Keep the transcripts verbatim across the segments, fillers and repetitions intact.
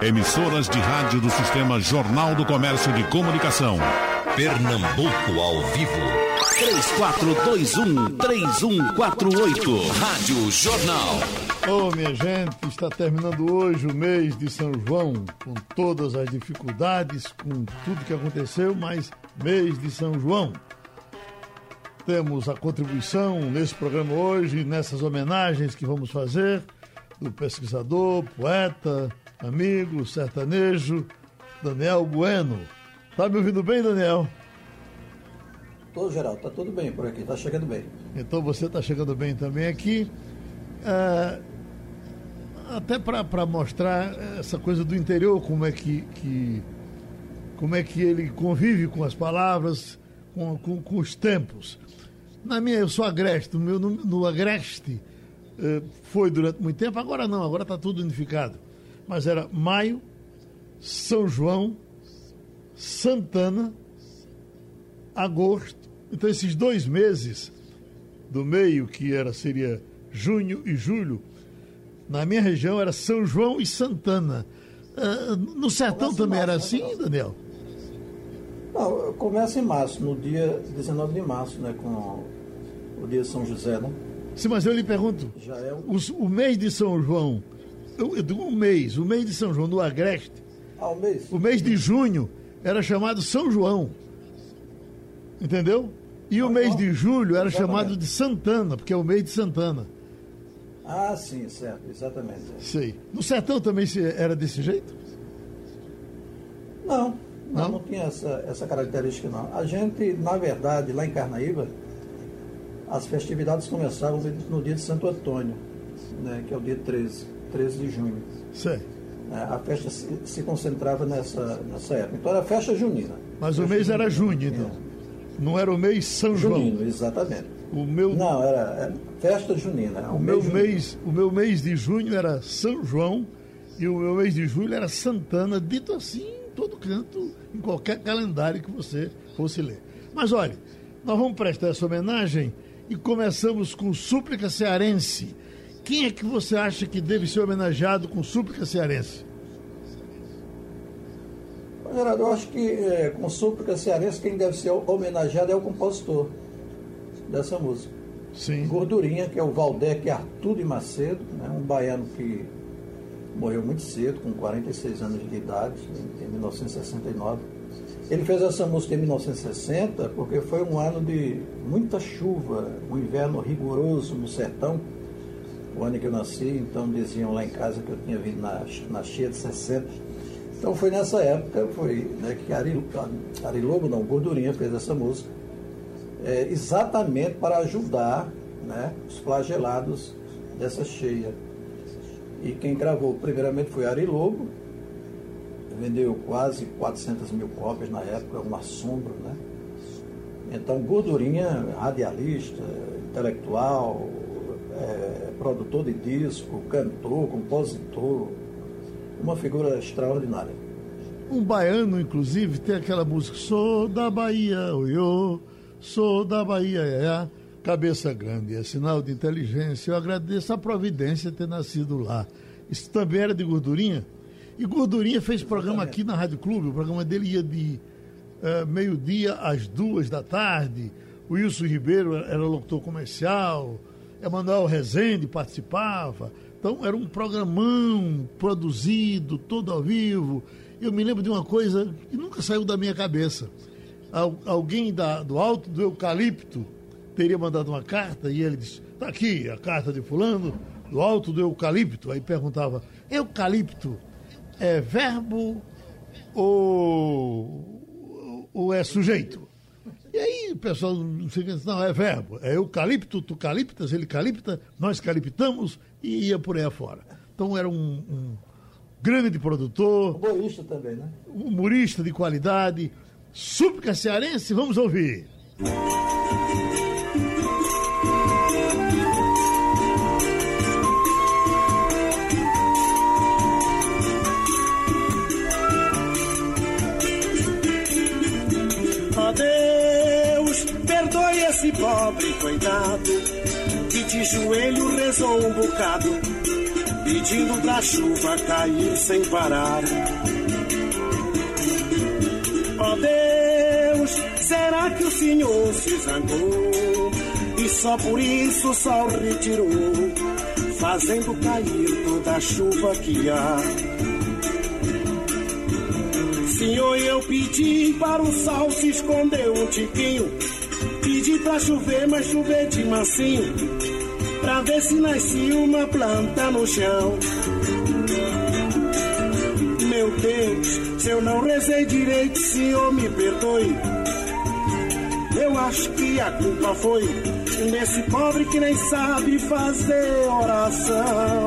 Emissoras de rádio do Sistema Jornal do Comércio de Comunicação. Pernambuco ao vivo. três quatro dois um, três um quatro oito. Rádio Jornal. Ô, oh, minha gente, está terminando hoje o mês de São João, com todas as dificuldades, com tudo que aconteceu, mas mês de São João. Temos a contribuição nesse programa hoje, nessas homenagens que vamos fazer, do pesquisador, poeta, amigo, sertanejo, Daniel Bueno. Tá me ouvindo bem, Daniel? Tô, Geraldo, tá tudo bem por aqui, tá chegando bem. Então você tá chegando bem também aqui. É, até para mostrar essa coisa do interior, como é que, que, como é que ele convive com as palavras, com, com, com os tempos. Na minha, eu sou agreste, no, meu, no, no agreste eh, foi durante muito tempo, agora não, agora está tudo unificado. Mas era maio, São João, Santana, agosto. Então esses dois meses do meio, que era, seria junho e julho, na minha região era São João e Santana. Uh, no sertão começa também março, era assim, né, Daniel? Não, começa em março, no dia dezenove de março, né, com o dia de São José, né? Sim, mas eu lhe pergunto, Já é um... os, o mês de São João, eu, eu digo um mês, o mês de São João do Agreste, ah, o mês? O mês de junho era chamado São João, entendeu? E ah, o mês de julho era exatamente. chamado de Santana, porque é o mês de Santana. Ah, sim, certo, exatamente. Sei. No sertão também era desse jeito? Não, não, não, não tinha essa, essa característica, não. A gente, na verdade, lá em Carnaíba, as festividades começavam no dia de Santo Antônio, né, que é o dia treze, treze de junho. Sei. A festa se, se concentrava nessa, nessa época. Então era festa junina. Mas festa o mês junina, era junho, então? É. Não era o mês São João? Junino, exatamente. O meu... Não, era, era festa junina. O, o, meu mês, mês, o meu mês de junho era São João e o meu mês de julho era Santana, dito assim em todo canto, em qualquer calendário que você fosse ler. Mas olha, nós vamos prestar essa homenagem e começamos com Súplica Cearense. Quem é que você acha que deve ser homenageado com Súplica Cearense? Geraldo, eu acho que é, com Súplica Cearense quem deve ser homenageado é o compositor dessa música. Sim. Gordurinha, que é o Valdec Arthur de Macedo, né, um baiano que morreu muito cedo, com quarenta e seis anos de idade, em, em mil novecentos e sessenta e nove. Ele fez essa música em mil novecentos e sessenta porque foi um ano de muita chuva, um inverno rigoroso no sertão, o ano que eu nasci, então diziam lá em casa que eu tinha vindo na, na cheia de sessenta. Então foi nessa época, foi, né, que Ari, Ari Lobo, não, Gordurinha fez essa música, é, exatamente para ajudar, né, os flagelados dessa cheia. E quem gravou primeiramente foi Ari Lobo, vendeu quase quatrocentas mil cópias na época, um assombro, né? Então Gordurinha, radialista, intelectual, é, produtor de disco, cantor, compositor, uma figura extraordinária. Um baiano, inclusive, tem aquela música: sou da Bahia, oiô, sou da Bahia, iaiá, cabeça grande, é sinal de inteligência, eu agradeço a providência ter nascido lá. Isso também era de Gordurinha? E Gordurinha fez programa aqui na Rádio Clube, o programa dele ia de uh, meio-dia às duas da tarde, o Wilson Ribeiro era locutor comercial, Emanuel Rezende participava. Então era um programão produzido, todo ao vivo. Eu me lembro de uma coisa que nunca saiu da minha cabeça. Al- alguém da, do Alto do Eucalipto teria mandado uma carta e ele disse: está aqui a carta de fulano, do Alto do Eucalipto. Aí perguntava: eucalipto é verbo ou, ou é sujeito? E aí o pessoal não sei, não, é verbo, é eucalipto, tu caliptas, ele calipta, nós caliptamos, e ia por aí afora. Então era um, um grande produtor, humorista também, né? Humorista de qualidade. Súplica Cearense, vamos ouvir. Deus, perdoe esse pobre coitado que de joelho rezou um bocado pedindo pra chuva cair sem parar. Ó Deus, será que o Senhor se zangou e só por isso o sol retirou, fazendo cair toda a chuva que há? Senhor, eu pedi para o sol se esconder um tiquinho, pedi pra chover, mas chover de mansinho, pra ver se nascia uma planta no chão. Meu Deus, se eu não rezei direito, Senhor, me perdoe. Eu acho que a culpa foi desse pobre que nem sabe fazer oração.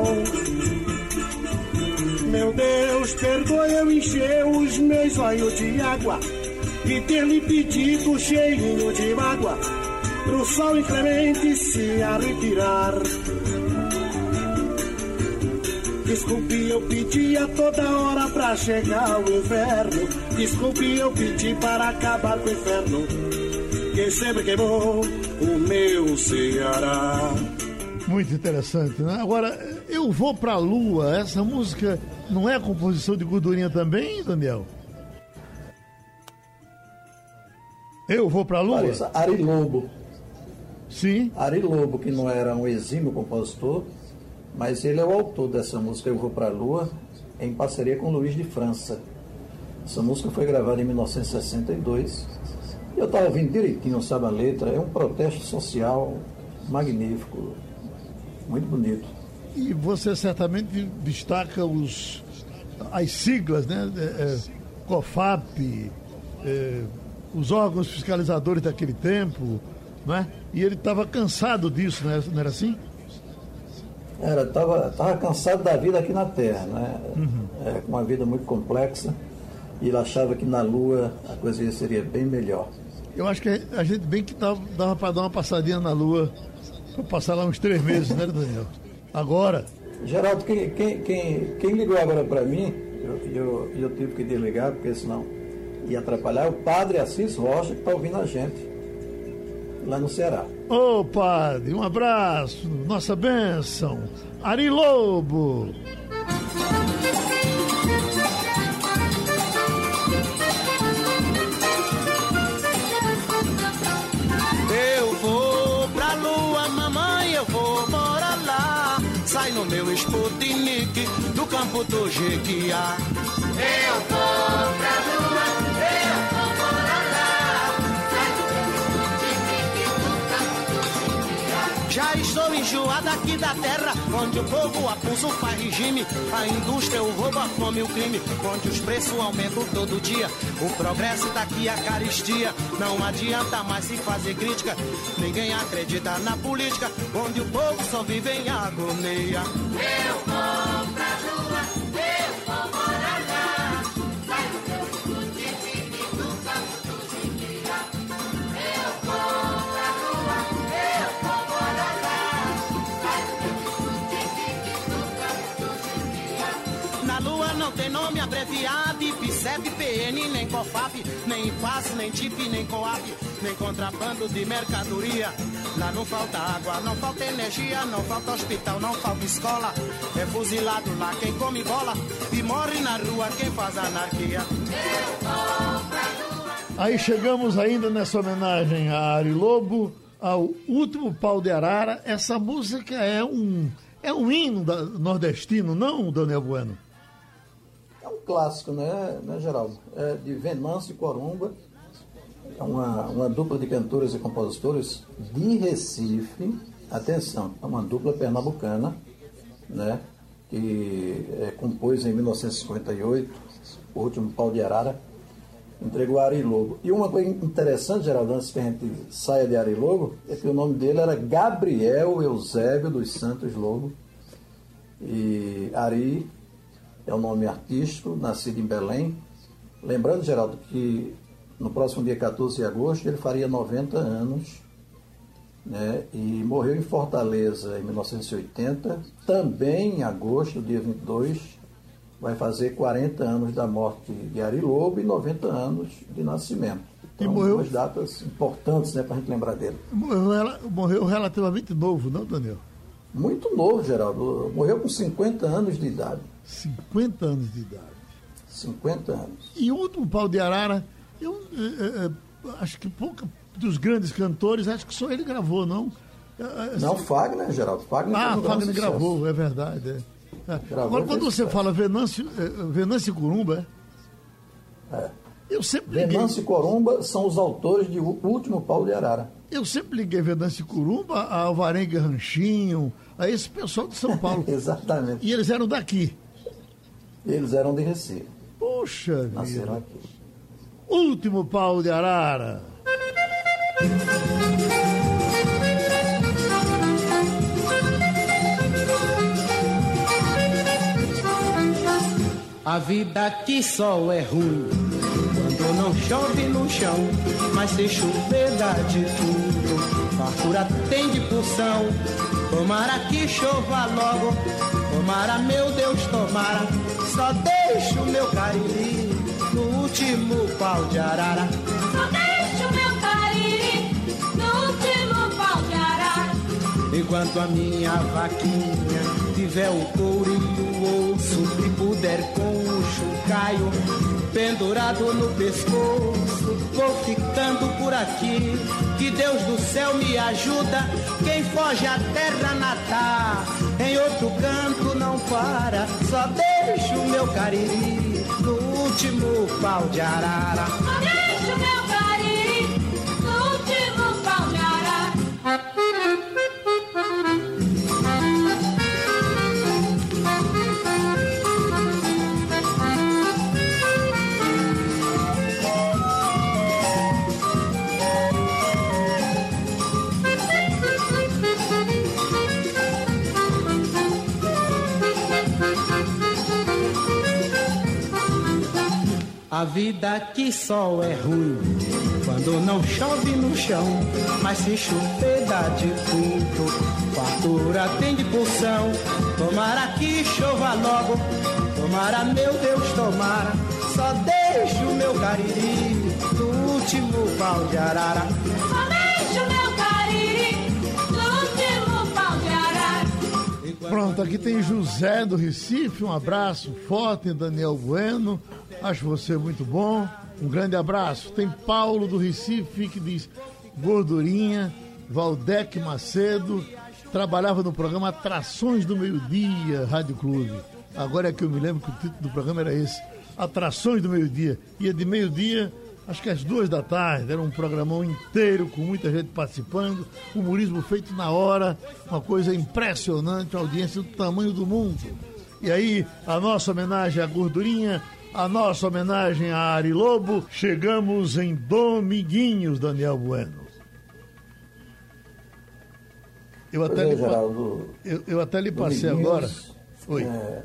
Meu Deus, perdoe eu encher os meus olhos de água e ter lhe pedido cheinho de mágoa pro sol inclemente se a retirar. Desculpe, eu pedi a toda hora pra chegar o inverno. Desculpe, eu pedi para acabar com o inferno que sempre queimou o meu Ceará. Muito interessante, né? Agora, Eu Vou Pra Lua, essa música não é composição de Gordurinha também, Daniel? Eu Vou Pra Lua? Parece Ari Lobo. Sim. Ari Lobo, que não era um exímio compositor, mas ele é o autor dessa música Eu Vou Pra Lua, em parceria com Luiz de França. Essa música foi gravada em mil novecentos e sessenta e dois. E eu estava ouvindo direitinho, sabe a letra? É um protesto social magnífico, muito bonito. E você certamente destaca os, as siglas, né? É, é, COFAP, é, os órgãos fiscalizadores daquele tempo, né? E ele estava cansado disso, né? Não era assim? Era, estava tava cansado da vida aqui na Terra, né? Uhum. É, uma vida muito complexa, e ele achava que na Lua a coisa seria bem melhor. Eu acho que a gente bem que dava, dava para dar uma passadinha na Lua, para passar lá uns três meses, né, Daniel? Agora... Geraldo, quem, quem, quem, quem ligou agora para mim, eu, eu, eu tive que desligar, porque senão ia atrapalhar, é o padre Assis Rocha, que está ouvindo a gente lá no Ceará. Ô, padre, um abraço, nossa bênção. Ari Lobo. Eu vou pra Lua, mamãe, eu vou morar lá. Sai no meu Sputnik do campo do Jequiá. Eu vou pra Lua, eu vou morar lá. Sai no meu Sputnik do campo do Jequiá. Já estou enjoada aqui da terra, onde o povo abuso faz regime. A indústria, o roubo, a fome e o crime, onde os preços aumentam todo dia. O progresso daqui a caristia. Não adianta mais se fazer crítica, ninguém acredita na política, onde o povo só vive em agonia. Eu vou pra Lua, eu vou morar lá. Sai do meu Sputnik do campo do Jequiá. Eu vou pra Lua, eu vou morar lá. Sai do meu Sputnik do campo do Jequiá. Na Lua não tem nome abreviado, I P C E P, P N, nem COFAP, nem IPAS, nem T I P, nem COAP, nem contrabando de mercadoria. Lá não falta água, não falta energia, não falta hospital, não falta escola. É fuzilado lá quem come bola e morre na rua quem faz anarquia. Eu vou pra Lua. Aí chegamos ainda nessa homenagem a Ari Lobo, ao Último Pau de Arara. Essa música é um, é um hino da, nordestino, não, Daniel Bueno? É um clássico, né, né Geraldo? É de Venâncio e Corumba. É uma, uma dupla de cantores e compositores de Recife. Atenção, é uma dupla pernambucana, né, que é, compôs em mil novecentos e cinquenta e oito O Último Pau de Arara, entregou a Ari Lobo. E uma coisa interessante, Geraldo, antes que a gente saia de Ari Lobo, é que o nome dele era Gabriel Eusébio dos Santos Lobo. E Ari é o nome artístico, nascido em Belém. Lembrando, Geraldo, que no próximo dia quatorze de agosto ele faria noventa anos, né? E morreu em Fortaleza em mil novecentos e oitenta. Também em agosto, dia vinte e dois, vai fazer quarenta anos da morte de Ari Lobo e noventa anos de nascimento. Então, e morreu... duas datas importantes, né, para a gente lembrar dele. Morreu, morreu relativamente novo, não, Daniel? Muito novo, Geraldo. Morreu com cinquenta anos de idade. cinquenta anos de idade. cinquenta anos. E o último Pau de Arara, eu é, é, acho que pouca dos grandes cantores, acho que só ele gravou, não? É, não, Fagner, Geraldo. Fagner ah, um Fagner gravou, é verdade. É. É. Agora, quando você sucesso. fala Venâncio, é, Venâncio Corumba, é. eu sempre liguei... Venâncio e Corumba são os autores de O Último Pau de Arara. Eu sempre liguei Venâncio Corumba a Alvarenga Ranchinho, a esse pessoal de São Paulo. Exatamente. E eles eram daqui. Eles eram de Recife. Poxa Nasceram vida. aqui. Último Pau de Arara. A vida aqui só é ruim quando não chove no chão, mas se chover dá de tudo. Fartura tem de porção. Tomara que chova logo, tomara, meu Deus, tomara. Só deixo o meu cariri no último pau de arara. Só deixo o meu cariri no último pau de arara. Enquanto a minha vaquinha tiver o couro e o osso e puder com o chocalho pendurado no pescoço, vou ficando por aqui. Que Deus do céu me ajuda. Quem foge à terra natal, em outro canto não para. Só deixo o meu cariri no último pau de arara. Só deixo o meu cariri no último pau de arara. A vida aqui só é ruim quando não chove no chão, mas se chover dá de tudo. Fartura tem de porção. Tomara que chova logo, tomara, meu Deus, tomara. Só deixo o meu cariri no último pau de arara. Só deixo o meu cariri no último pau de arara. Pronto, aqui tem José do Recife, um abraço forte, Daniel Bueno, acho você muito bom, um grande abraço. Tem Paulo do Recife que diz gordurinha. Valdec Macedo trabalhava no programa Atrações do Meio-Dia, Rádio Clube. Agora é que eu me lembro que o título do programa era esse, Atrações do Meio-Dia. Ia de meio-dia, acho que às duas da tarde, era um programão inteiro com muita gente participando, humorismo feito na hora, uma coisa impressionante, a audiência do tamanho do mundo. E aí, a nossa homenagem à gordurinha, a nossa homenagem a Ari Lobo, chegamos em Dominguinhos, Daniel Bueno. Eu até, é, lhe, Geraldo, eu, eu até lhe passei agora. Oi. É...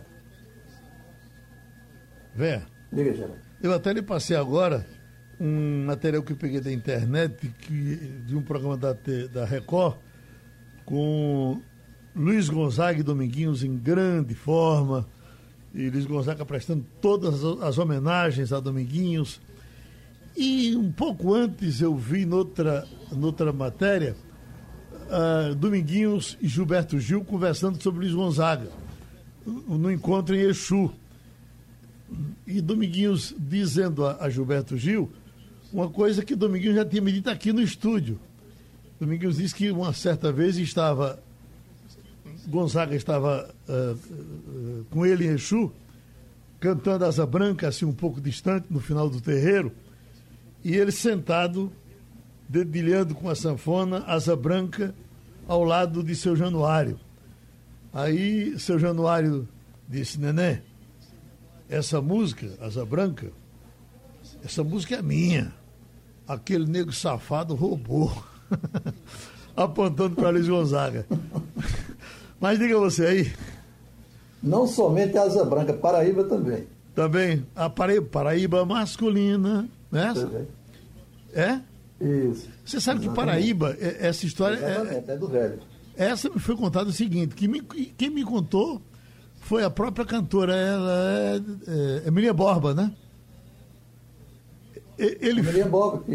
Vé. Diga, Geraldo. Eu até lhe passei agora um material que eu peguei da internet, que, de um programa da, da Record, com Luiz Gonzaga e Dominguinhos em grande forma. E Luiz Gonzaga prestando todas as homenagens a Dominguinhos. E um pouco antes eu vi noutra, noutra matéria uh, Dominguinhos e Gilberto Gil conversando sobre Luiz Gonzaga no encontro em Exu. E Dominguinhos dizendo a, a Gilberto Gil uma coisa que Dominguinhos já tinha me dito aqui no estúdio. Dominguinhos disse que uma certa vez estava Gonzaga estava uh, uh, com ele em Exu, cantando Asa Branca, assim um pouco distante, no final do terreiro, e ele sentado, dedilhando com a sanfona, Asa Branca, ao lado de seu Januário. Aí seu Januário disse: Neném, essa música, Asa Branca, essa música é minha. Aquele nego safado roubou. Apontando para Luiz Gonzaga. Mas diga você aí. Não somente a Asa Branca, Paraíba também. Também, a Paraíba, Paraíba masculina, né? Também. É? Isso. Você sabe que Paraíba, essa história... Exatamente, é, é do velho. Essa me foi contada o seguinte, que me, quem me contou foi a própria cantora, ela é, é Emília Borba, né? Ele, Emília Borba, que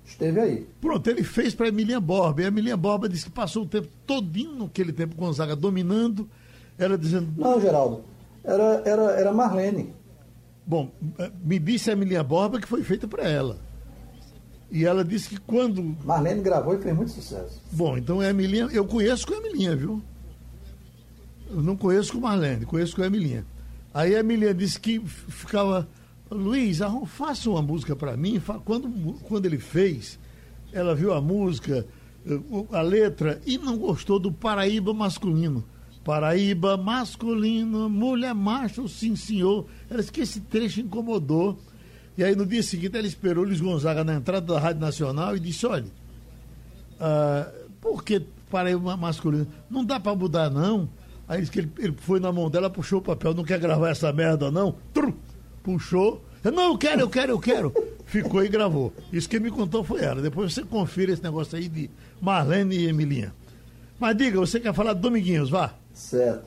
esteve aí. Pronto, ele fez para Emilinha Borba. E a Emilinha Borba disse que passou o tempo todinho, naquele tempo, Gonzaga dominando, ela dizendo... Não, Geraldo, era, era, era Marlene. Bom, me disse a Emilinha Borba que foi feita para ela. E ela disse que quando... Marlene gravou e fez muito sucesso. Bom, então é a Emilinha... Eu conheço com a Emilinha, viu? Eu não conheço com Marlene, conheço com a Emilinha. Aí a Emilinha disse que ficava... Luiz, faça uma música para mim. Quando, quando ele fez, ela viu a música, a letra, e não gostou do Paraíba masculino. Paraíba masculino, mulher macho, sim senhor. Ela disse que esse trecho incomodou. E aí no dia seguinte ela esperou Luiz Gonzaga na entrada da Rádio Nacional e disse, olha, uh, por que Paraíba masculino? Não dá para mudar não. Aí disse que ele, ele foi na mão dela, puxou o papel, não quer gravar essa merda não? Trum! Puxou, não, eu quero, eu quero, eu quero. Ficou e gravou. Isso que me contou foi ela. Depois você confira esse negócio aí de Marlene e Emilinha. Mas diga, você quer falar de Dominguinhos, vá. Certo.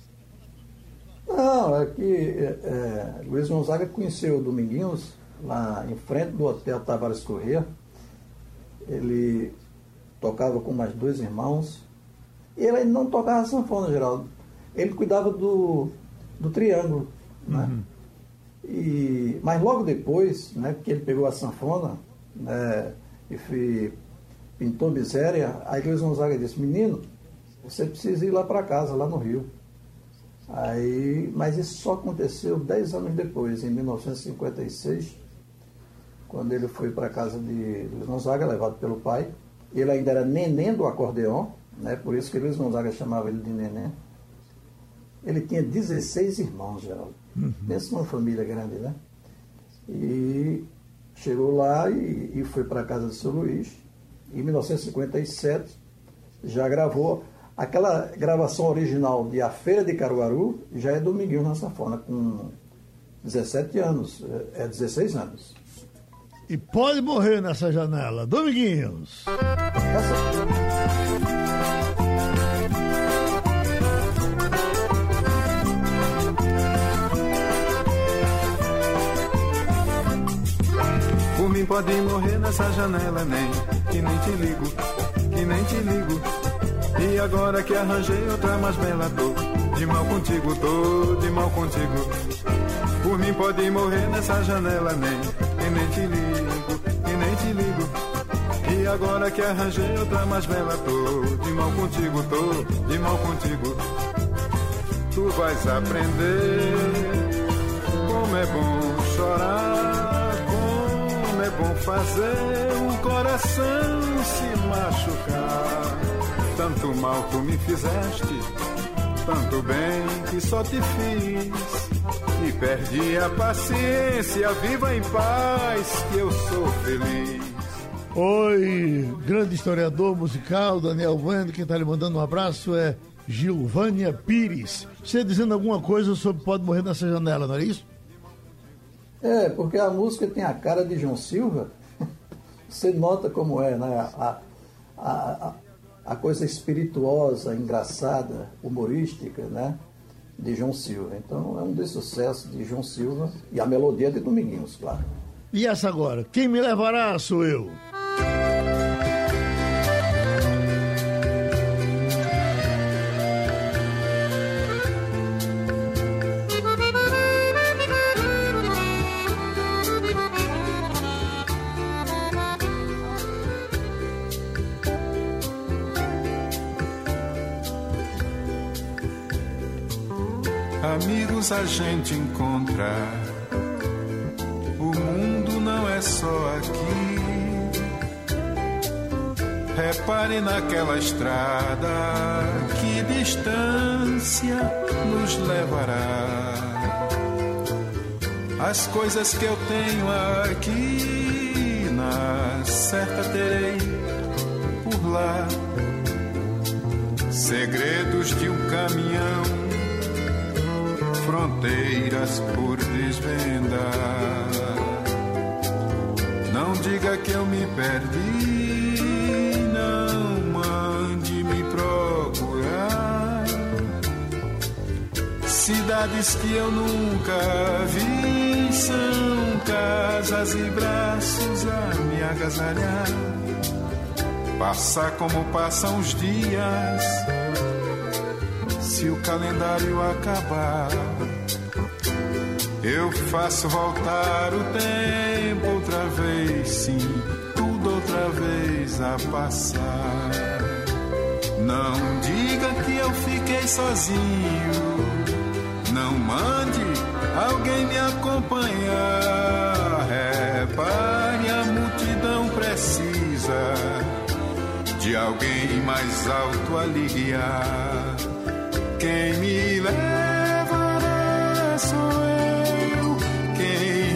Não, é que é, é, Luiz Gonzaga conheceu o Dominguinhos lá em frente do Hotel Tavares Corrêa. Ele tocava com mais dois irmãos. E ele não tocava sanfona, Geraldo. Ele cuidava do, do triângulo, né? Uhum. E, mas logo depois, né, que ele pegou a sanfona, né, e fui, pintou miséria, aí Luiz Gonzaga disse, menino, você precisa ir lá para casa, lá no Rio. Aí, mas isso só aconteceu dez anos depois, em mil novecentos e cinquenta e seis, quando ele foi para a casa de Luiz Gonzaga, levado pelo pai. Ele ainda era neném do acordeon, né, por isso que Luiz Gonzaga chamava ele de neném. Ele tinha dezesseis irmãos, Geraldo. Uhum. Pensa numa família grande, né? E chegou lá e, e foi para a casa do seu Luiz. Em mil novecentos e cinquenta e sete, já gravou. Aquela gravação original de A Feira de Caruaru já é Dominguinhos na sanfona, com dezessete anos, é dezesseis anos. E pode morrer nessa janela. Dominguinhos! Essa... Por mim pode morrer nessa janela, nem, que nem te ligo, que nem te ligo. E agora que arranjei outra mais bela, tô de mal contigo, tô de mal contigo. Por mim pode morrer nessa janela, nem, que nem te ligo, que nem te ligo. E agora que arranjei outra mais bela, tô de mal contigo, tô de mal contigo. Tu vais aprender como é bom chorar, é bom fazer o coração se machucar. Tanto mal tu me fizeste, tanto bem que só te fiz. E perdi a paciência, viva em paz, que eu sou feliz. Oi, grande historiador musical, Daniel Bueno, quem está lhe mandando um abraço é Gilvânia Pires. Você dizendo alguma coisa sobre Pode Morrer Nessa Janela, não é isso? É, porque a música tem a cara de João Silva. Você nota como é, né? A, a, a, a coisa espirituosa, engraçada, humorística, né? De João Silva. Então é um dos sucessos de João Silva e a melodia de Dominguinhos, claro. E essa agora? Quem me levará sou eu. Amigos a gente encontra, o mundo não é só aqui. Repare naquela estrada, que distância nos levará. As coisas que eu tenho aqui, na certa terei por lá. Segredos de um caminhão, fronteiras por desvendar. Não diga que eu me perdi, não mande me procurar. Cidades que eu nunca vi são casas asas e braços a me agasalhar. Passar como passam os dias, se o calendário acabar. Eu faço voltar o tempo outra vez, sim, tudo outra vez a passar. Não diga que eu fiquei sozinho, não mande alguém me acompanhar. Repare, a multidão precisa de alguém mais alto a lhe guiar. Quem me levará sou eu, quem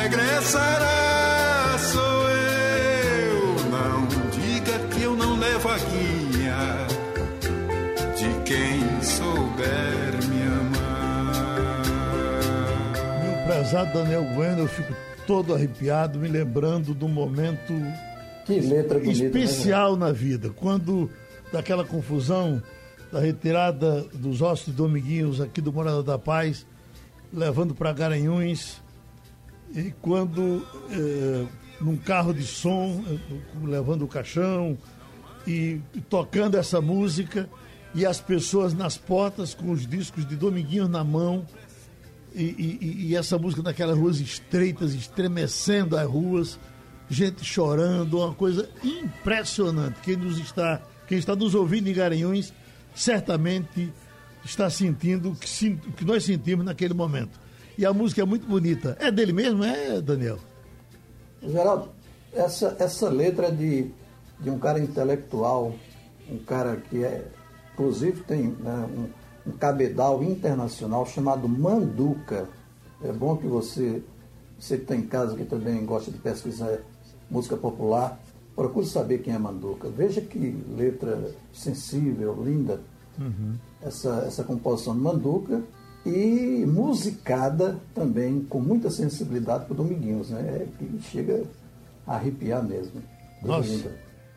regressará sou eu. Não diga que eu não levo a guia de quem souber me amar. Meu prezado Daniel Bueno, eu fico todo arrepiado, me lembrando do momento que letra bonita, especial, né? Na vida, quando daquela confusão da retirada dos ossos de Dominguinhos aqui do Morada da Paz, levando para Garanhuns, e quando eh, num carro de som, levando o caixão e tocando essa música, e as pessoas nas portas com os discos de Dominguinhos na mão, e, e, e essa música naquelas ruas estreitas, estremecendo as ruas, gente chorando, uma coisa impressionante. Quem nos está, quem está nos ouvindo em Garanhuns certamente está sentindo o que, o que nós sentimos naquele momento. E a música é muito bonita. É dele mesmo, é, Daniel? Geraldo, essa, essa letra é de, de um cara intelectual, um cara que é, inclusive tem, né, um, um cabedal internacional chamado Manduca. É bom que você, você que está em casa, que também gosta de pesquisar música popular, procure saber quem é Manduca. Veja que letra sensível, linda, uhum. essa, essa composição de Manduca, e musicada também com muita sensibilidade por Dominguinhos, né? É, que chega a arrepiar mesmo. Nossa. Linda.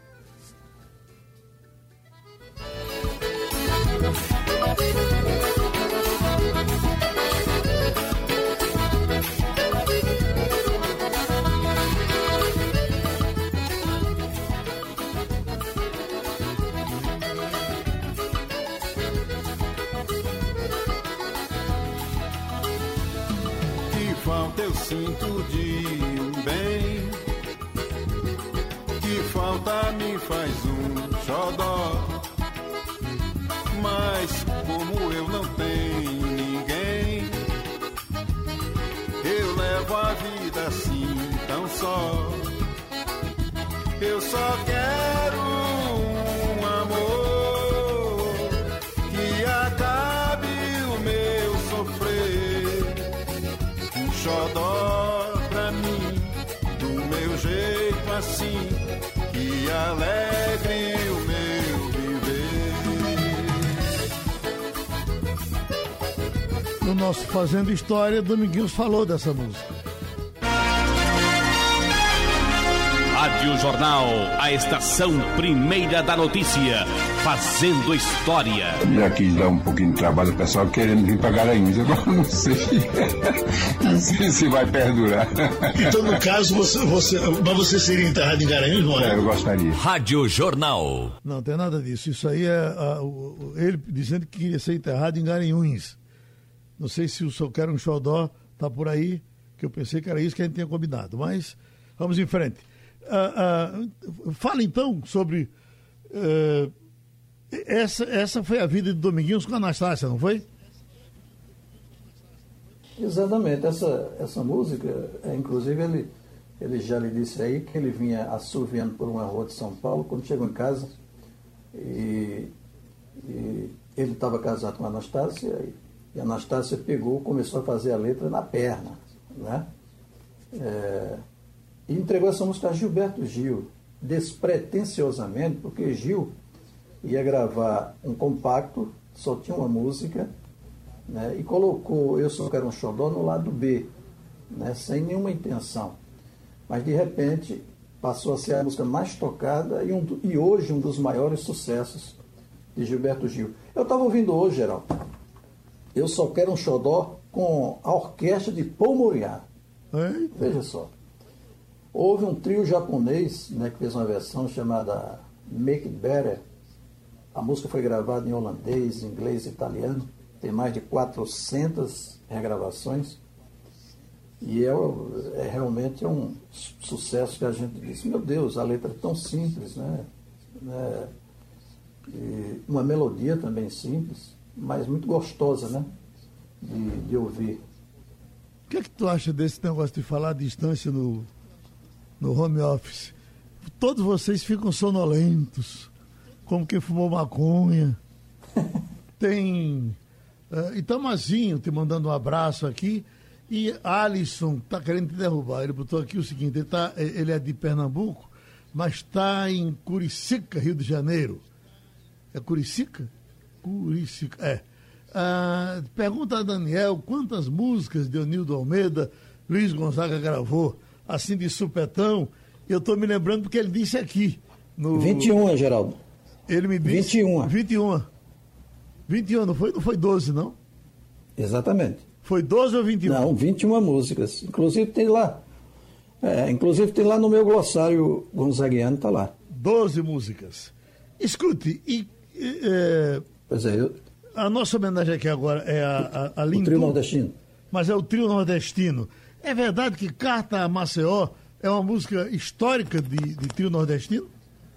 Falta eu sinto de um bem, que falta me faz um xodó. Mas como eu não tenho ninguém, eu levo a vida assim tão só. Eu só quero um amor que acabe o meu sofrer, um xodó pra mim, do meu jeito assim, que alegre o meu viver. No nosso Fazendo História, Dominguinhos falou dessa música. Rádio Jornal, a estação primeira da notícia, fazendo história. Já quis dar um pouquinho de trabalho ao pessoal querendo vir para Garanhuns, agora não sei, não sei se vai perdurar. Então, no caso, você, você, mas você seria enterrado em Garanhuns, não é? É, eu gostaria. Rádio Jornal. Não tem nada disso, isso aí é a, o, ele dizendo que queria ser enterrado em Garanhuns. Não sei se o Só Quero um Xodó está por aí, que eu pensei que era isso que a gente tinha combinado, mas vamos em frente. Uh, uh, fala então sobre uh, essa, essa foi a vida de Dominguinhos com a Anastácia, não foi? Exatamente, essa, essa música, é, inclusive ele, ele já lhe disse aí que ele vinha assoviando por uma rua de São Paulo, quando chegou em casa, e, e ele estava casado com a Anastácia, e, e a Anastácia pegou, começou a fazer a letra na perna, né? É, e entregou essa música a Gilberto Gil, despretensiosamente, porque Gil ia gravar um compacto, só tinha uma música, né, e colocou Eu Só Quero um Xodó no lado B, né, sem nenhuma intenção. Mas, de repente, passou a ser a música mais tocada e, um, e hoje um dos maiores sucessos de Gilberto Gil. Eu estava ouvindo hoje, Geraldo, Eu Só Quero um Xodó com a orquestra de Paul Moriarty. Veja só. Houve um trio japonês, né, que fez uma versão chamada Make It Better. A música foi gravada em holandês, inglês e italiano. Tem mais de quatrocentas regravações. E é, é realmente um sucesso que a gente diz, meu Deus, a letra é tão simples, né? né? E uma melodia também simples, mas muito gostosa, né? De, de ouvir. O que é que tu acha desse negócio de falar à distância no, no home office? Todos vocês ficam sonolentos, como quem fumou maconha. Tem uh, Itamazinho te mandando um abraço aqui. E Alisson está querendo te derrubar. Ele botou aqui o seguinte, ele, tá, ele é de Pernambuco, mas está em Curicica, Rio de Janeiro. É Curicica? Curicica, é. Ah, pergunta a Daniel quantas músicas de Onildo Almeida Luiz Gonzaga gravou, assim de supetão. Eu estou me lembrando porque ele disse aqui. No... vinte e um, Geraldo. Ele me disse. vinte e um. vinte e um. vinte e um, não foi, não foi doze, não? Exatamente. Foi doze ou vinte e um? Não, vinte e uma músicas. Inclusive tem lá. É, inclusive tem lá no meu glossário gonzaguiano, está lá. doze músicas. Escute, e. e é, pois é, eu... a nossa homenagem aqui agora é a, a, a Lindu, o trio nordestino. Mas é o trio nordestino. É verdade que Carta a Maceió é uma música histórica de, de trio nordestino?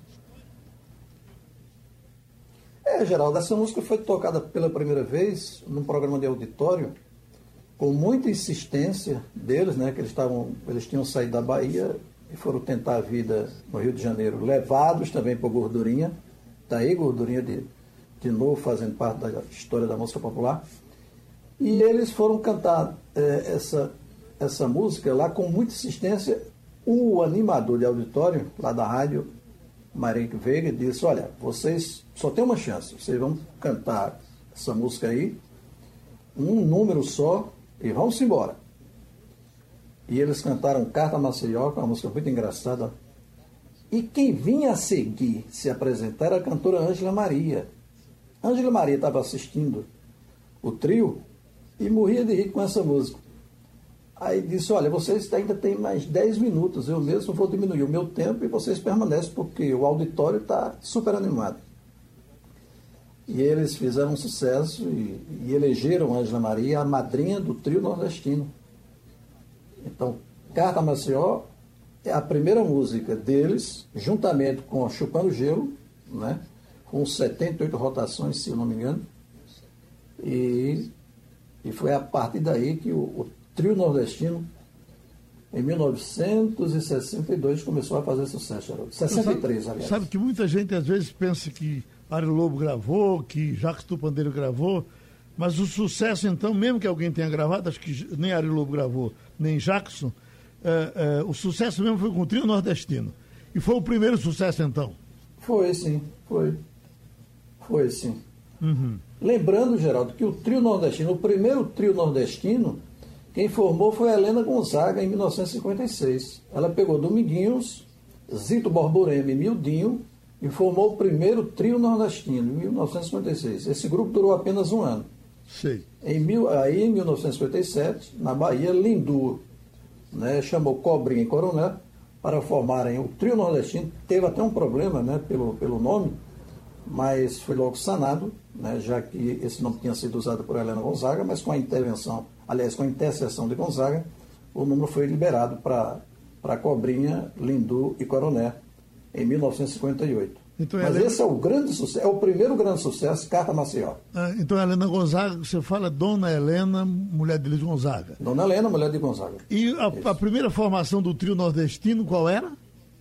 É, Geraldo, essa música foi tocada pela primeira vez num programa de auditório, com muita insistência deles, né, que eles, tavam, eles tinham saído da Bahia e foram tentar a vida no Rio de Janeiro, levados também por Gordurinha, tá aí Gordurinha de, de novo fazendo parte da história da música popular, e eles foram cantar é, essa, essa música lá com muita insistência. O animador de auditório, lá da rádio, Marique Veiga, disse, olha, vocês só tem uma chance, vocês vão cantar essa música aí, um número só, e vamos embora. E eles cantaram Carta a Maceió, que é uma música muito engraçada. E quem vinha a seguir se apresentar era a cantora Ângela Maria. Ângela Maria estava assistindo o trio e morria de rir com essa música. Aí disse, olha, vocês ainda têm mais dez minutos, eu mesmo vou diminuir o meu tempo e vocês permanecem, porque o auditório está super animado. E eles fizeram um sucesso e, e elegeram Ângela Maria a madrinha do trio nordestino. Então, Carta a Maceió é a primeira música deles, juntamente com Chupando Gelo, né, com setenta e oito rotações, se eu não me engano. E, e foi a partir daí que o, o trio nordestino, em mil novecentos e sessenta e dois, começou a fazer sucesso, Geraldo. sessenta e três, sabe, aliás. Sabe que muita gente às vezes pensa que Ari Lobo gravou, que Jacques Tupandeiro gravou, mas o sucesso, então, mesmo que alguém tenha gravado, acho que nem Ari Lobo gravou, nem Jackson, é, é, o sucesso mesmo foi com o trio nordestino. E foi o primeiro sucesso, então? Foi, sim, foi. Foi, sim. Uhum. Lembrando, Geraldo, que o trio nordestino, o primeiro trio nordestino, quem formou foi a Helena Gonzaga, em mil novecentos e cinquenta e seis. Ela pegou Dominguinhos, Zito Borborema e Mildinho, e formou o primeiro trio nordestino, em mil novecentos e cinquenta e seis. Esse grupo durou apenas um ano. Sei. Em mil, aí, em mil novecentos e cinquenta e sete, na Bahia, Lindu, né, chamou Cobrinha e Coronel para formarem o trio nordestino. Teve até um problema, né, pelo, pelo nome, mas foi logo sanado, né, já que esse nome tinha sido usado por Helena Gonzaga, mas com a intervenção, aliás, com a intercessão de Gonzaga, o número foi liberado para Cobrinha, Lindu e Coronel, em mil novecentos e cinquenta e oito. Então, Mas Helena... esse é o grande sucesso, é o primeiro grande sucesso, Carta a Maceió. Ah, então, Helena Gonzaga, você fala Dona Helena, mulher de Luiz Gonzaga. Dona Helena, mulher de Gonzaga. E a, a primeira formação do trio nordestino, qual era?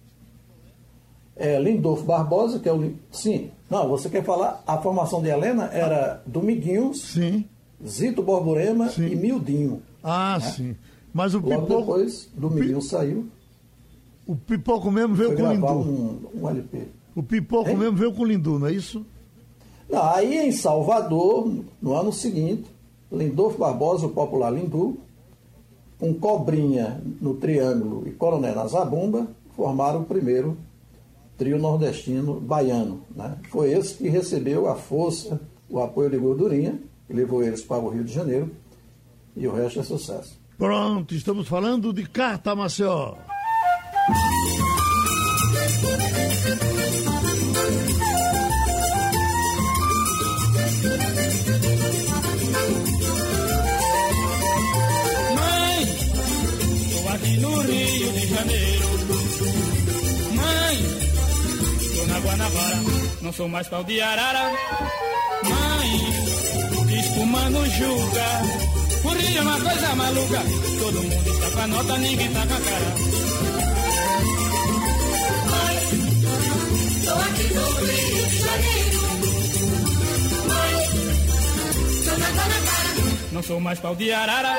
É Lindolfo Barbosa, que é o... Sim, não, você quer falar, a formação de Helena era Dominguinhos, sim. Zito Borborema sim. e Mildinho. Ah, né? Sim. Mas o Logo Pipoco... depois, Dominguinho Pi... saiu. O Pipoco mesmo veio foi com o Lindu. Um, um L P. O Pipoco hein? mesmo veio com o Lindu, não é isso? Não, aí em Salvador, no ano seguinte, Lindolfo Barbosa, o popular Lindu, com Cobrinha no Triângulo e Coronel na Zabumba, formaram o primeiro trio nordestino baiano. Né? Foi esse que recebeu a força, o apoio de Gordurinha, que levou eles para o Rio de Janeiro, e o resto é sucesso. Pronto, estamos falando de Carta a Maceió. Mãe, tô aqui no Rio de Janeiro. Mãe, tô na Guanabara, não sou mais pau de arara. Mãe, espumando julga. O Rio é uma coisa maluca, todo mundo está com a nota, ninguém tá com a cara. Mãe, tô aqui no Rio de Janeiro. Mãe, tô na Guanabara, não sou mais pau de arara.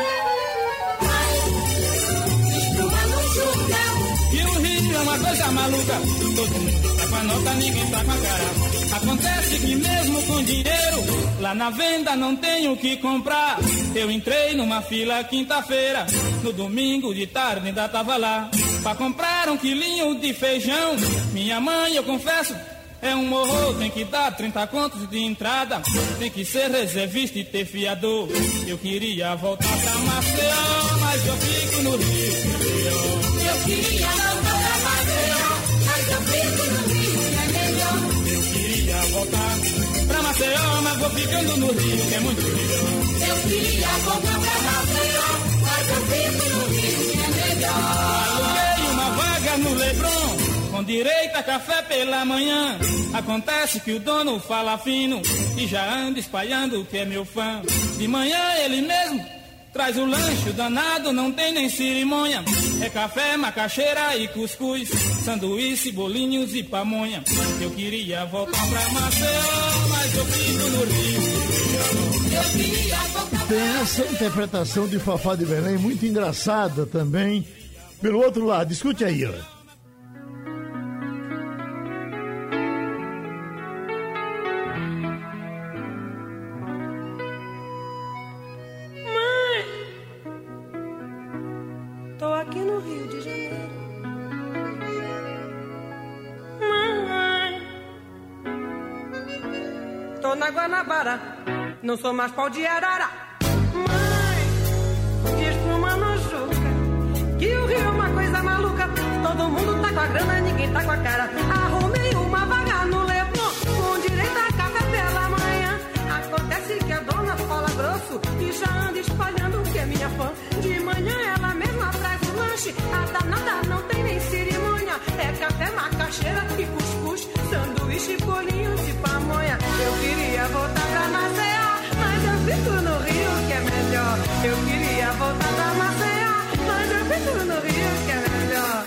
Mãe, espumando julga. E o Rio é uma coisa maluca, todo mundo tá com a nota, ninguém tá com a cara. Acontece que mesmo com dinheiro, lá na venda não tenho o que comprar. Eu entrei numa fila quinta-feira, no domingo de tarde ainda tava lá, pra comprar um quilinho de feijão. Minha mãe, eu confesso, é um horror, tem que dar trinta contos de entrada, tem que ser reservista e ter fiador. Eu queria voltar pra Maceió, mas eu fico no Rio. Eu queria voltar pra Maceió, mas eu fico no Rio, que é melhor. Eu queria voltar pra Maceió, mas vou ficando no Rio, que é muito melhor. Eu queria voltar pra Maceió, mas eu fico no Rio, que é melhor. Aluguei uma vaga no Leblon, com direito a café pela manhã. Acontece que o dono fala fino e já anda espalhando que é meu fã. De manhã ele mesmo traz o lanche, o danado não tem nem cerimônia. É café, macaxeira e cuscuz, sanduíche, bolinhos e pamonha. Eu queria voltar pra Maceió, mas eu fico no Rio. Eu queria voltar. Tem essa interpretação de Fafá de Belém muito engraçada também. Pelo outro lado, escute aí, ó. Tô aqui no Rio de Janeiro. Mãe, tô na Guanabara, não sou mais pau de arara. Mãe, diz pro Mano Juca que o Rio é uma coisa maluca, todo mundo tá com a grana, ninguém tá com a cara. Arrumei uma vaga no Leblon, com direito a café pela manhã. Acontece que a dona fala grosso e já anda espalhando que é minha fã. De manhã ela mesma traz o lanche, a danada não tem nem cerimônia. É café, macaxeira e cuscuz, sanduíche, bolinhos e pamonha. Eu queria voltar pra Maceió, mas eu fico no Rio que é melhor. Eu queria voltar pra Maceió, mas eu fico no Rio que é melhor.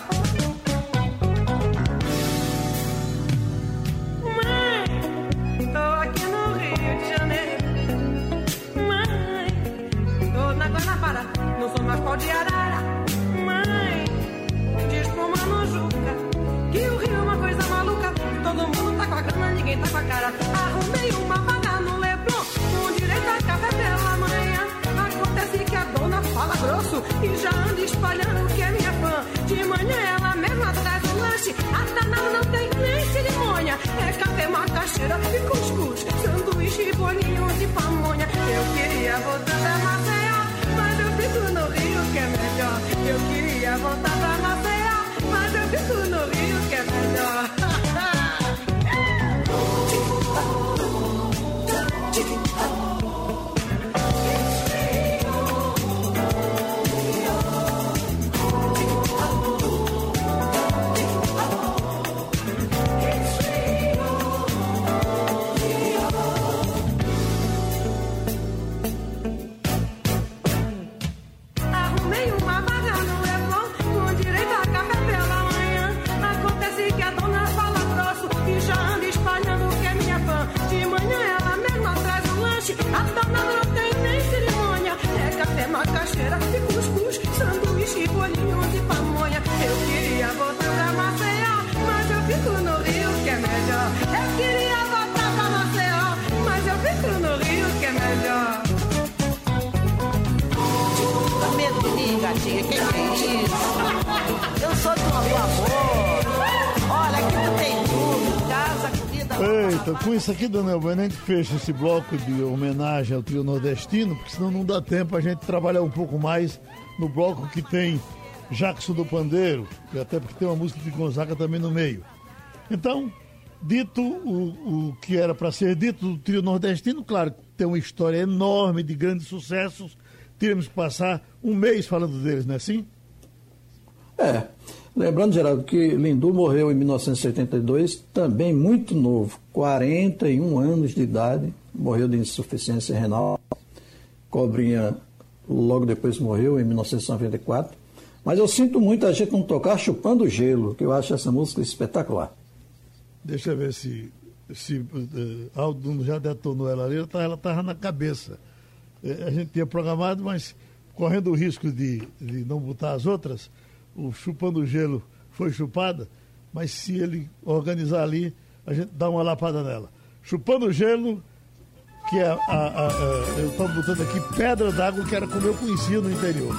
Mãe, tô aqui no Rio de Janeiro. Mãe, tô na Guanabara, não sou mais pau de arara. Mãe, diz pro Mano Juca que o Rio é uma coisa maluca, todo mundo tá com a grana, ninguém tá com a cara. Arrumei uma vaga no Leblon, com direito a café pela manhã. Acontece que a dona fala grosso e já anda espalhando que é minha fã. De manhã ela mesma traz o lanche, a danada não tem nem cerimônia. É café, macaxeira e cuscuz, sanduíche, bolinhos e pamonha. Eu queria voltar pra Maceió, mas eu fico no Rio que é melhor. Eu queria voltar pra Maceió, mas eu fico no Rio que é melhor. Arrumei uma vaga no Leblon, com direito a café pela manhã. Acontece que a dona fala grosso e já anda espalhando que é minha fã. De manhã ela mesma traz o lanche, a dona não tem nem cerimônia. É café, macaxeira e cuscuz, sanduíche, bolinhos e pamonha. Eu queria voltar pra Maceió, mas eu fico no Rio que é melhor. Eu queria voltar pra Maceió, mas eu fico no Rio que é melhor. Medo de mim, gatinha, que que é isso? Eu sou do amor. Olha, aqui tu tem tudo, casa, comida. Eita, com isso aqui, Dona Elvânia, a gente fecha esse bloco de homenagem ao trio nordestino, porque senão não dá tempo a gente trabalhar um pouco mais no bloco que tem Jackson do Pandeiro, e até porque tem uma música de Gonzaga também no meio. Então, dito o, o que era para ser dito do trio nordestino, claro, tem uma história enorme de grandes sucessos, teríamos que passar um mês falando deles, não é assim? É, lembrando, Geraldo, que Lindu morreu em mil novecentos e oitenta e dois, também muito novo, quarenta e um anos de idade, morreu de insuficiência renal. Cobrinha logo depois morreu, em mil novecentos e noventa e quatro. Mas eu sinto muito a gente não tocar Chupando Gelo, que eu acho essa música espetacular. Deixa eu ver se, se uh, Aldo já detonou ela ali, ela estava na cabeça. Uh, a gente tinha programado, mas correndo o risco de, de não botar as outras, o Chupando Gelo foi chupada, mas se ele organizar ali, a gente dá uma lapada nela. Chupando Gelo, que é a, a, a, eu estou botando aqui Pedra d'Água, que era como eu conhecia no interior.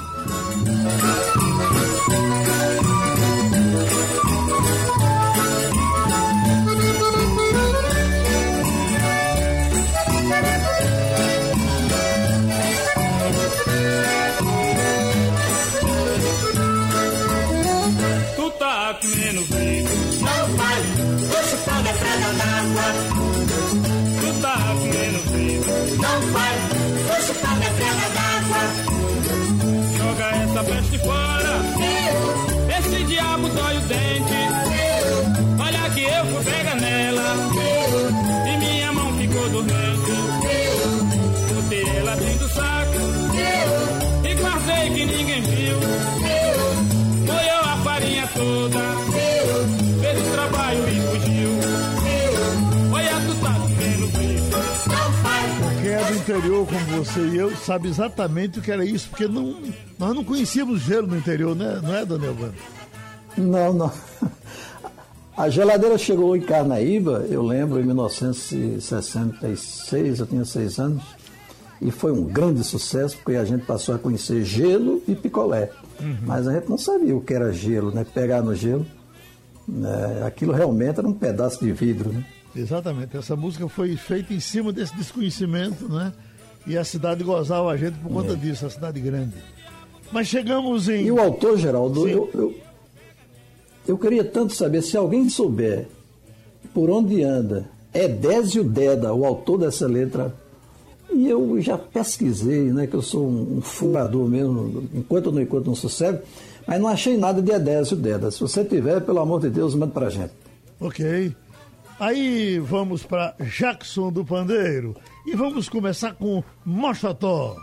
Tu tá comendo vidro. Não vai, tô chupando a pedra d'água. Tu tá comendo vidro. Não vai, tô chupando a pedra d'água. Joga essa peste fora. Eu. Esse diabo dói o dente. Eu. Olha que eu fui pegar nela. Eu. E minha mão ficou dormente. Eu. Botei ela dentro do saco. Eu. E guardei que ninguém viu. Eu. Moeu a farinha toda. Eu. Fez o trabalho e fugiu. Eu. Olha, tu tá comendo vidro. Não vai. Quem é do interior como você e eu sabe exatamente o que era isso, porque não, nós não conhecíamos gelo no interior, né? Não é, dona Elvana? Não, não. A geladeira chegou em Carnaíba, eu lembro, em mil novecentos e sessenta e seis, eu tinha seis anos, e foi um grande sucesso, porque a gente passou a conhecer gelo e picolé. Uhum. Mas a gente não sabia o que era gelo, né? Pegar no gelo, né? Aquilo realmente era um pedaço de vidro, né? Exatamente, essa música foi feita em cima desse desconhecimento, né? E a cidade gozava a gente por conta é. disso, a cidade grande. Mas chegamos em... E o autor, Geraldo, eu, eu, eu queria tanto saber, se alguém souber por onde anda Edésio Deda, o autor dessa letra, e eu já pesquisei, né, que eu sou um, um fumador mesmo, enquanto não enquanto não sossego, mas não achei nada de Edésio Deda. Se você tiver, pelo amor de Deus, manda pra gente. Ok. Aí vamos para Jackson do Pandeiro e vamos começar com Mochotó.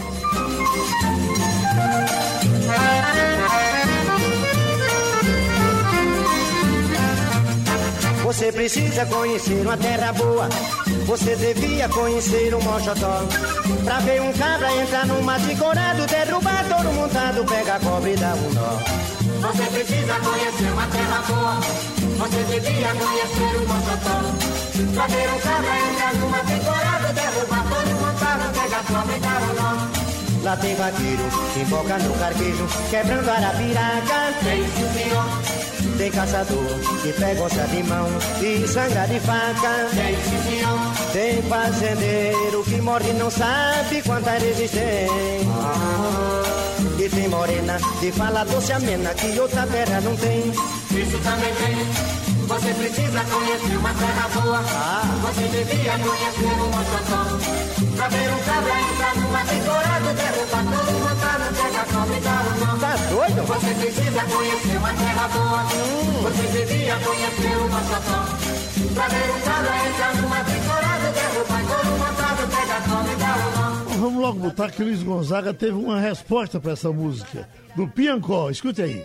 Você precisa conhecer uma terra boa, você devia conhecer o Mochotó. Pra ver um cabra entrar no mato encorado, derrubar touro montado, pega a cobra e dá um nó. Você precisa conhecer uma terra boa, você devia conhecer o Mochotó. Pra ver um cabra entrar no mato encorado, derrubar touro montado, pega a cobra e dá um nó. Lá tem vaqueiro, que invoca no carquejo, quebrando arapiraca. Tem senhor. Tem caçador, que pega onça de mão e sangra de faca. Tem senhor. Tem fazendeiro, que morre e não sabe quanta resistência. E tem morena, que fala doce amena, que outra terra não tem. Isso também tem. Você precisa conhecer uma terra boa. Ah. Você devia conhecer o Mochotó. Pra ver um cabra entrar numa temporada, derrubar todo montado, pega a cobra e dá um nó. Tá doido? Você precisa conhecer uma terra boa. Hum. Você devia conhecer o Mochotó. Pra ver um cabra entrar numa temporada, derrubar todo montado, pega a cobra e dá um nó. Vamos logo botar que Luiz Gonzaga teve uma resposta para essa música do Piancó. Escute aí.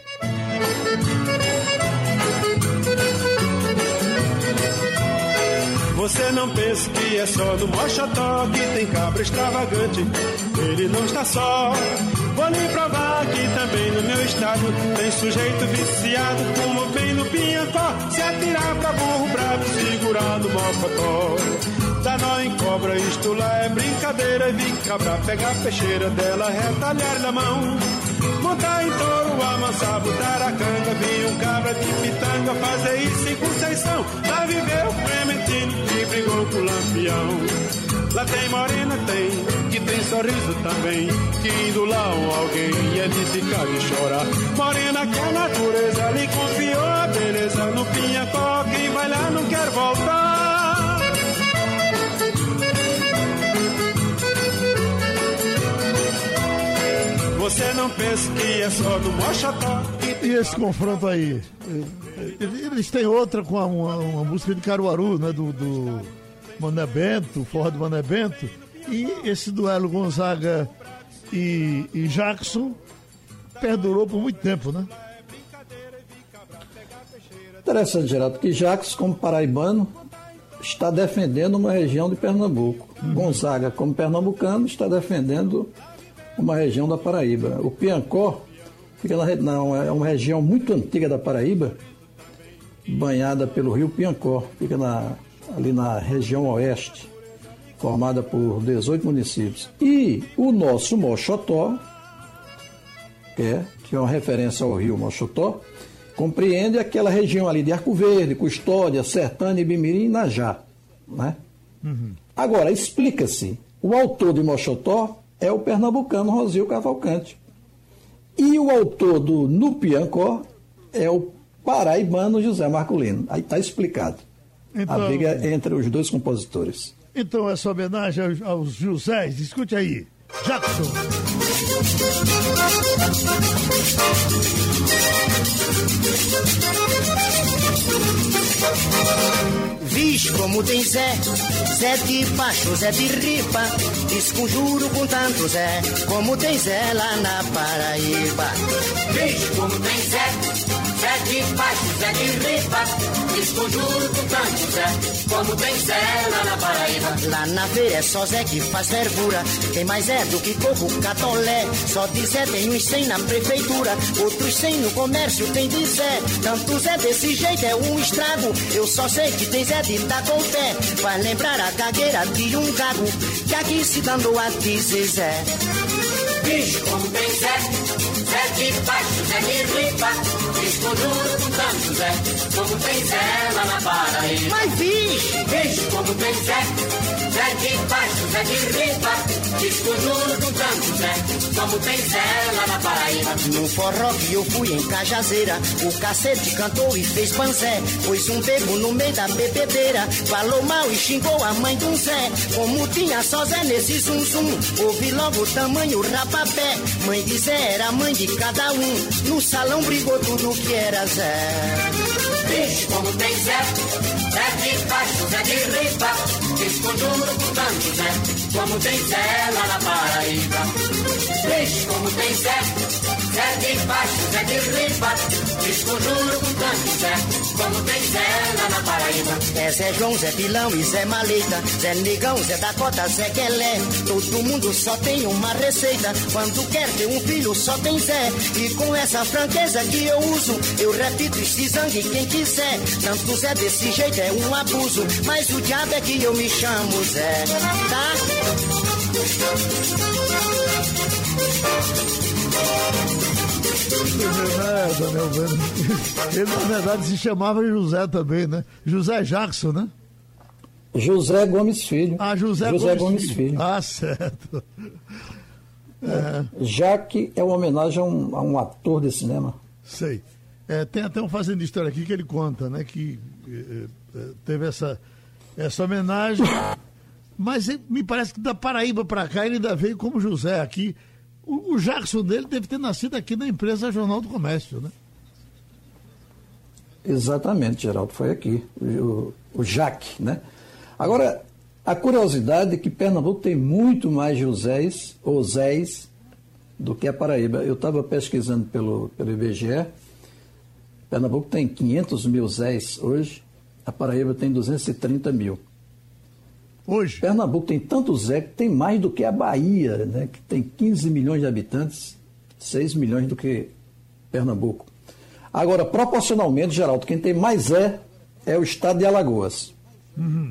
Você não pensa que é só no Mochotó que tem cabra extravagante, ele não está só. Vou lhe provar que também no meu estado tem sujeito viciado, como bem no Piancó, se atirar pra burro bravo, segurar no mocotó. Dá nó em cobra, isto lá é brincadeira, e vi cabra pegar a peixeira dela, retalhar na mão. Montar em touro, amansar, botar a canga, vi um cabra de pitanga fazer isso em Conceição. Lá viveu o Clementino que brigou com o Lampião. Lá tem morena, tem, que tem sorriso também, que indo lá um alguém é de ficar de chorar. Morena que a natureza lhe confiou a beleza no Pinhacó, quem vai lá não quer voltar. Você não pensa que é só do Mochotó. E esse confronto aí? Eles têm outra com uma, uma música de Caruaru, né? Do, do Mané Bento, forró do Mané Bento. E esse duelo Gonzaga e, e Jackson perdurou por muito tempo, né? Interessante, Geraldo, que Jackson, como paraibano, está defendendo uma região de Pernambuco. Uhum. Gonzaga, como pernambucano, está defendendo uma região da Paraíba. O Piancó fica na, não, é uma região muito antiga da Paraíba, banhada pelo rio Piancó, fica na, ali na região oeste, formada por dezoito municípios. E o nosso Mochotó, que é, que é uma referência ao rio Mochotó, compreende aquela região ali de Arco Verde, Custódia, Sertânia, Ibimirim e Inajá, né? Uhum. Agora, explica-se, o autor de Mochotó é o pernambucano Rosio Cavalcante. E o autor do No Piancó é o paraibano José Marculino. Aí está explicado. Então, a briga entre os dois compositores. Então, essa homenagem aos, aos Josés, escute aí. Jackson. Vixe, como tem Zé, Zé de baixo, Zé de ripa, desconjuro com tanto Zé, como tem Zé lá na Paraíba. Vixe, como tem Zé, Zé de baixo, Zé de ripa, desconjuro com tanto Zé, como tem Zé lá na Paraíba. Lá na feira é só Zé que faz fervura, tem mais Zé do que coco catolé, só de Zé tem uns cem na prefeitura, outros cem no comércio tem de Zé, tanto Zé desse jeito é um estrago, eu só sei que tem Zé de dar com o pé, vai lembrar a gagueira de um gago, que aqui se dando a dizer Zé. Vixe, como tem Zé, Zé de baixo, Zé de ripa, desconjuro com tanto Zé, como tem Zé lá na Paraíba. Mas vixe, vixe, como tem Zé, Zé de baixo, Zé de ripa, desconjuro com tanto Zé, como tem Zé lá na Paraíba. No forró que eu fui em Cajazeira, o cacete cantou e fez banzé, pôs um bebo no meio da bebedeira, falou mal e xingou a mãe de um Zé, como tinha só Zé nesse zum zum, ouvi logo o tamanho rapapé, mãe de Zé era mãe de cada um, no salão brigou tudo que era Zé. Vixe, como tem Zé, Zé de baixo, Zé de ripa, desconjuro com tanto Zé, como tem Zé lá na Paraíba. Vixe, como tem Zé, Zé de baixo, Zé de ripa, desconjuro com tanto Zé, como tem Zé lá na Paraíba. É Zé João, Zé Pilão e Zé Maleta, Zé Negão, Zé Dakota, Zé Quelé, todo mundo só tem uma receita, quando quer ter um filho só tem Zé, e com essa franqueza que eu uso, eu repito e zangue quem quiser, tanto Zé desse jeito é um abuso, mas o diabo é que eu me chamo Zé, tá? Ele na verdade se chamava José também, né? José Jackson, né? José Gomes Filho. Ah, José, José Gomes, Gomes Filho. Filho. Ah, certo. É. Jaque é uma homenagem a um, a um ator de cinema. Sei. É, tem até um Fazendo História aqui que ele conta, né? Que é, teve essa, essa homenagem, mas me parece que da Paraíba para cá ele ainda veio como José aqui. O, o Jackson dele deve ter nascido aqui na empresa Jornal do Comércio, né? Exatamente, Geraldo, foi aqui, o, o Jaque, né? Agora, a curiosidade é que Pernambuco tem muito mais Josés, ou Zés, do que a Paraíba. Eu estava pesquisando pelo, pelo I B G E, Pernambuco tem quinhentos mil Zés hoje, a Paraíba tem duzentos e trinta mil. Hoje? Pernambuco tem tanto Zé que tem mais do que a Bahia, né, que tem quinze milhões de habitantes, seis milhões do que Pernambuco. Agora, proporcionalmente, Geraldo, quem tem mais Zé é o estado de Alagoas. Uhum.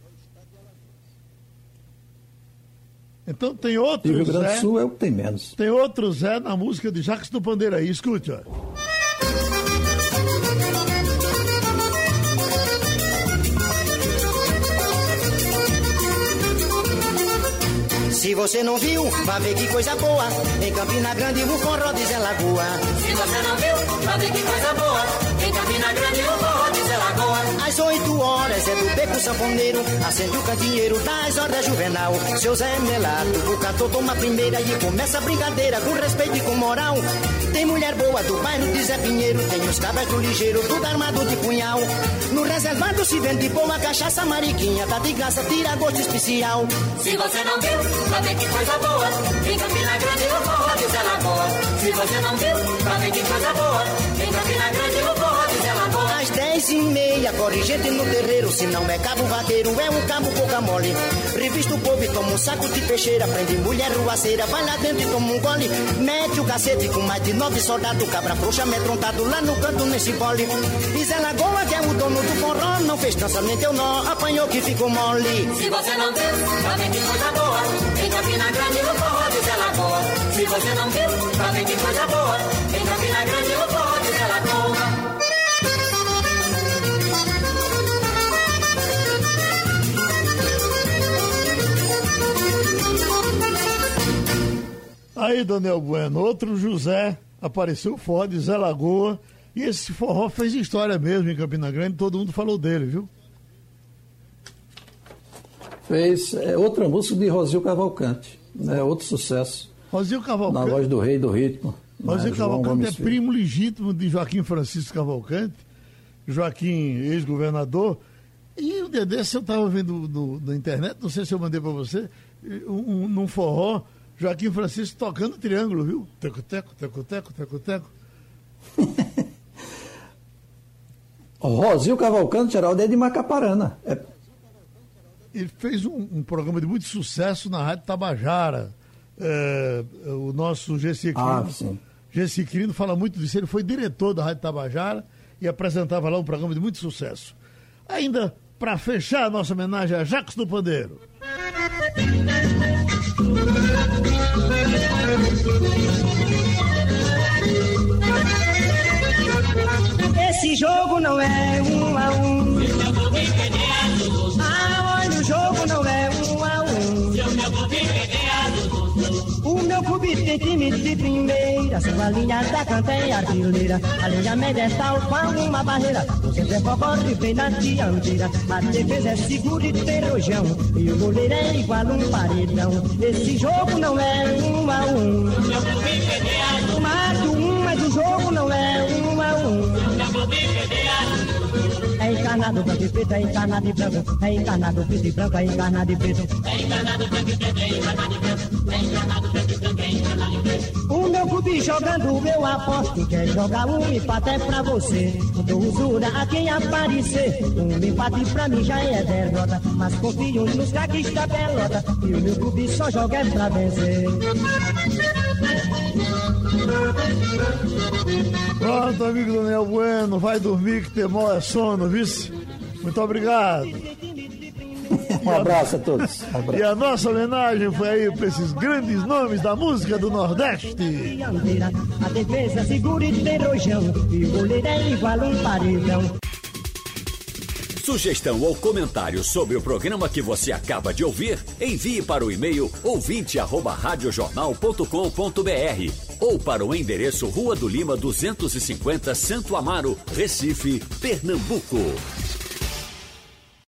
Então tem outro Zé. E o Rio Grande do Sul é o que tem menos. Tem outro Zé na música de Jacques do Pandeiro aí, escute, ó. Se você não viu, vá ver que coisa boa. Em Campina Grande, o forró de Zé Lagoa. Se você não viu, vá ver que coisa boa. Em Campina Grande, o forró de Zé Lagoa. Às oito horas é do beco sanfoneiro, acende o cantinheiro das horas juvenal. Seu Zé Melato, o cantor toma primeira e começa a brincadeira com respeito e com moral. Tem mulher boa do bairro de Zé Pinheiro, tem os cabras do ligeiro, tudo armado de punhal. No reservado se vende boa cachaça mariquinha, tá de graça, tira gosto especial. Se você não viu, vai ver que coisa boa. Em Campina Grande, o forró de Zé Lagoa. Se você não viu, vai ver que coisa boa. Em Campina Grande, o forró de Zé Lagoa. Às dez e meia, corre gente no terreiro, se não é cabo vaqueiro, é um cabo pouca mole. Revista o povo e toma um saco de peixeira, prende mulher ruaceira, vai lá dentro e toma um gole. Mete o cacete com mais de nove soldados, cabra frouxa amedrontado lá no canto nesse bole. E Zé Lagoa, que é o dono do forró, não fez trança nem deu nó, apanhou que ficou mole. Se você não viu, vai ver que coisa boa. Em Campina Grande, o forró de Zé Lagoa. Se você não viu, vai ver que coisa boa. Em Campina Grande, o forró de Zé Lagoa. Aí, Daniel Bueno, outro José, apareceu o forró de Zé Lagoa, e esse forró fez história mesmo em Campina Grande, todo mundo falou dele, viu? Fez é, outra música de Rosil Cavalcante, né, outro sucesso. Rosil Cavalcante. Na voz do rei do ritmo. Rosil né, Cavalcante é primo legítimo de Joaquim Francisco Cavalcante, Joaquim, ex-governador. E um dia desse eu estava vendo no, na internet, não sei se eu mandei para você, um, um, num forró, Joaquim Francisco tocando triângulo, viu? Teco, teco, teco, teco, teco, teco. Rosil Cavalcante, Geraldo, é de Macaparana. É... Ele fez um, um programa de muito sucesso na Rádio Tabajara. É, o nosso Gessi Crino, ah, sim. Gessi Crino fala muito disso. Ele foi diretor da Rádio Tabajara e apresentava lá um programa de muito sucesso. Ainda, para fechar a nossa homenagem a Jacques do Pandeiro. Esse jogo não é um a um. Ah, olha, o jogo não é um a um. O meu clube tem time de primeira, sua linha da canteia artilheira. A linha média é tal qual uma barreira. O centro é corre bem na dianteira. A defesa é segura e tem rojão. E o goleiro é igual um paredão. Esse jogo não é um a um. Mato um, mas o jogo não é um a um. É encarnado branco e preto, é encarnado e branco. É encarnado preto e branco, é encarnado e preto. É encarnado branco e preto, é encarnado e branco. É encarnado branco e branco, é encarnado e preto. O meu clube jogando, eu aposto. Quer jogar um empate é pra você. Dou usura a quem aparecer. Um empate pra mim já é derrota. Mas confio nos craques da pelota. E o meu clube só joga é pra vencer. Pronto, amigo Daniel Bueno, vai dormir que temor é sono, vice? Muito obrigado. Um abraço a todos. Um abraço. E a nossa homenagem foi aí para esses grandes nomes da música do Nordeste. A defesa segura e tem rojão. E o goleiro é igual um paredão. Sugestão ou comentário sobre o programa que você acaba de ouvir, envie para o e-mail ouvinte arroba radiojornal ponto com ponto br ou para o endereço Rua do Lima duzentos e cinquenta, Santo Amaro, Recife, Pernambuco.